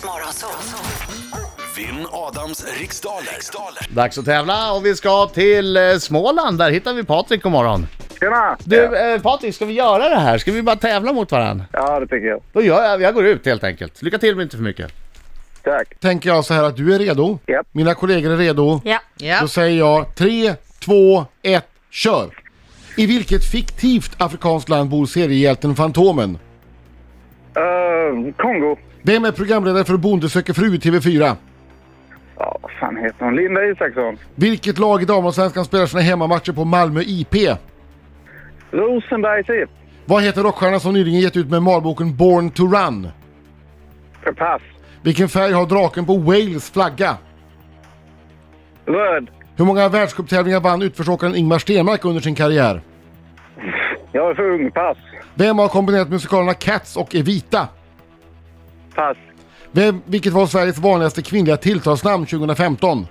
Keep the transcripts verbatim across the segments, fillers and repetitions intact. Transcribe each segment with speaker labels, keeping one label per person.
Speaker 1: Riks Morgonzoo.
Speaker 2: Vinn Adams riksdaler. riksdaler.
Speaker 3: Dags att tävla och vi ska till eh, Småland. Där hittar vi Patrik, god morgon.
Speaker 4: Tjena!
Speaker 3: Du eh, Patrik, ska vi göra det här? Ska vi bara tävla mot varandra?
Speaker 4: Ja, det tycker jag.
Speaker 3: Då gör jag, jag går ut helt enkelt. Lycka till men inte för mycket.
Speaker 4: Tack.
Speaker 5: Tänker jag så här att du är redo.
Speaker 4: Japp.
Speaker 5: Mina kollegor är redo.
Speaker 6: Ja. Ja.
Speaker 5: Då säger jag tre, två, ett, kör! I vilket fiktivt afrikanskt land bor seriehjälten Fantomen?
Speaker 4: Uh, Kongo.
Speaker 5: Vem är programledare för Bonde söker fru i T V fyra?
Speaker 4: Ja, vad fan heter hon? Linda Isaksson.
Speaker 5: Vilket lag i damallsvenskan spelar sina hemmamatcher på Malmö I P?
Speaker 4: Rosenberg typ.
Speaker 5: Vad heter rockstjärnan som nyligen gett ut med malboken Born to Run?
Speaker 4: Pass.
Speaker 5: Vilken färg har draken på Wales flagga?
Speaker 4: Röd.
Speaker 5: Hur många världscuptävlingar vann utförsåkaren Ingmar Stenmark under sin karriär?
Speaker 4: Jag är för ung. Pass.
Speaker 5: Vem har kombinerat musikalerna Cats och Evita?
Speaker 4: Pass.
Speaker 5: Vem, vilket var Sveriges vanligaste kvinnliga tilltalsnamn tjugo femton?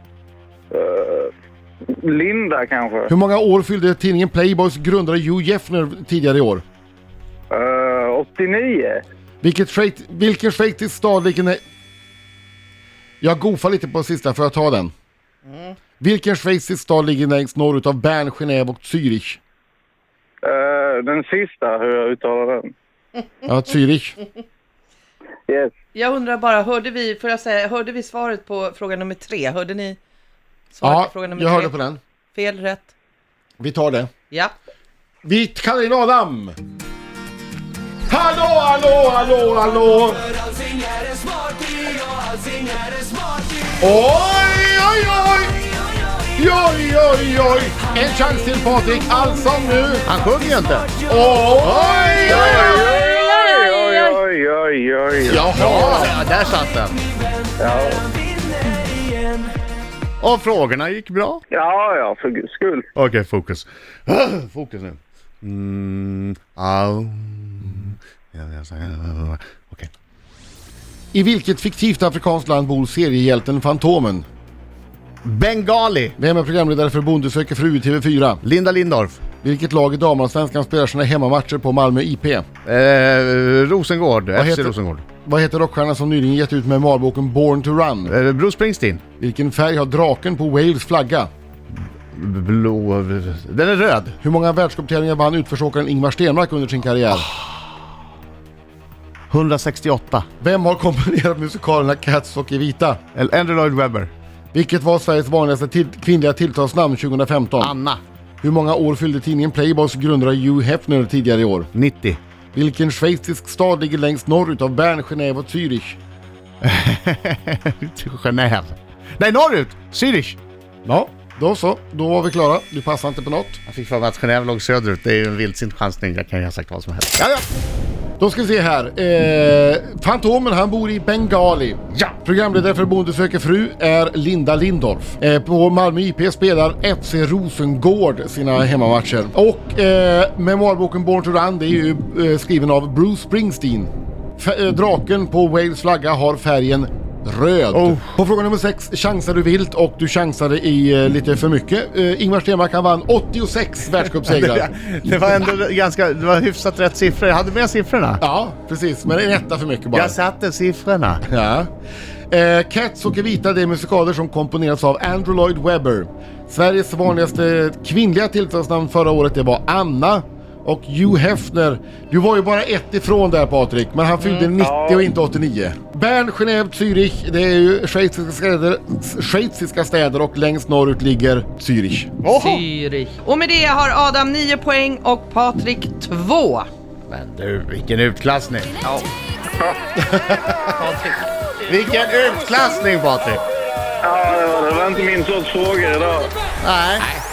Speaker 4: Uh, Linda kanske.
Speaker 5: Hur många år fyllde tidningen Playboys grundare Hugh Hefner tidigare i år?
Speaker 4: Uh, åttionio.
Speaker 5: Vilket schweiz, vilken schweizisk stad ligger nä- Jag goofar lite på sista för att ta den. Mm. Vilken schweizisk stad ligger längst norrut av Bern, Genève och Zürich?
Speaker 4: Uh, den sista, hur jag uttalar den.
Speaker 5: Ja, Zürich.
Speaker 4: Yes.
Speaker 6: Jag undrar bara, hörde vi, får jag säga, hörde vi svaret på fråga nummer tre? Hörde ni svaret
Speaker 5: Ja,
Speaker 6: på fråga nummer
Speaker 5: jag
Speaker 6: tre?
Speaker 5: hörde på den.
Speaker 6: Fel, rätt?
Speaker 5: Vi tar det.
Speaker 6: Ja.
Speaker 5: Vi kallar in Adam! Hallå, hallå, hallå, hallå! Oj, oj, oj! Oj, oj, oj! En chans till Patrik, Allsång nu!
Speaker 3: Han sjunger ju inte.
Speaker 5: Oj, oj, oj!
Speaker 4: Oj, oj, oj, oj.
Speaker 5: Jaha!
Speaker 3: Ja, där satt den.
Speaker 4: Ja,
Speaker 3: Och frågorna gick bra.
Speaker 4: ja, ja, för guds skull.
Speaker 3: Okej, fokus. Fokus nu. Mm, au. Ja, ja, så- ja, Okej.
Speaker 5: I vilket fiktivt afrikanskt land bor seriehjälten Fantomen?
Speaker 3: Bengali.
Speaker 5: Vem är programledare för Bonde söker fru i T V fyra?
Speaker 3: Linda Lindorff.
Speaker 5: Vilket lag i damallsvenskan spelar sina hemmamatcher på Malmö I P?
Speaker 3: Eh, Rosengård. F C
Speaker 5: heter-
Speaker 3: Rosengård.
Speaker 5: Vad heter rockstjärnan som nyligen gett ut med malboken Born to Run?
Speaker 3: Eh, Bruce Springsteen.
Speaker 5: Vilken färg har draken på Wales flagga?
Speaker 3: Blå. Den är röd.
Speaker 5: Hur många världscuptävlingar vann utförsåkaren Ingmar Stenmark under sin karriär?
Speaker 3: hundrasextioåtta.
Speaker 5: Vem har komponerat musikalerna Cats och Evita?
Speaker 3: Andrew Lloyd Webber.
Speaker 5: Vilket var Sveriges vanligaste till- kvinnliga tilltalsnamn tjugo femton?
Speaker 3: Anna.
Speaker 5: Hur många år fyllde tidningen Playboys grundare Hugh Hefner tidigare i år?
Speaker 3: nittio.
Speaker 5: Vilken schweizisk stad ligger längst norrut av Bern, Genève och Zürich?
Speaker 3: Genève. Nej, norrut. Zürich.
Speaker 5: Ja, då så. Då var vi klara. Du passar inte på något.
Speaker 3: Jag fick för mig att Genève låg söderut. Det är ju en vildsint chansning. Jag kan ju ha sagt vad som helst. Ja, ja.
Speaker 5: Då ska vi se här. Eh, Fantomen, han bor i Bengali.
Speaker 3: Ja.
Speaker 5: Programledare för Bonde söker fru är Linda Lindorff. Eh, på Malmö I P spelar F C Rosengård sina hemmamatcher. Och eh, memoarboken Born to Run, det är ju eh, skriven av Bruce Springsteen. F- eh, draken på Wales flagga har färgen röd.
Speaker 3: Oh.
Speaker 5: På fråga nummer sex chansar du vilt och du chansade i eh, lite för mycket. Eh, Ingmar Stenmark, han vann åttiosex världscupsegrar.
Speaker 3: Det var ändå ganska, det var hyfsat rätt siffror. Jag hade med siffrorna.
Speaker 5: Ja, precis. Men en etta för mycket bara.
Speaker 3: Jag satte siffrorna.
Speaker 5: Ja. Eh, Cats och Evita, det är musikaler som komponerats av Andrew Lloyd Webber. Sveriges vanligaste kvinnliga tilltalsnamn förra året, det var Anna. Och Hugh Hefner, du var ju bara ett ifrån där Patrik, men han fyllde nittio
Speaker 4: Ja.
Speaker 5: och inte åttionio. Bern, Genève, Zürich, det är ju schweiziska städer, schweiziska städer och längst norrut ligger Zürich.
Speaker 6: Zürich. Och med det har Adam nio poäng och Patrik två.
Speaker 3: Men du, vilken utklassning.
Speaker 6: Ja. Patrik.
Speaker 3: Vilken utklassning, Patrik.
Speaker 4: Ja, det var inte min sorts fråga idag.
Speaker 3: Nej.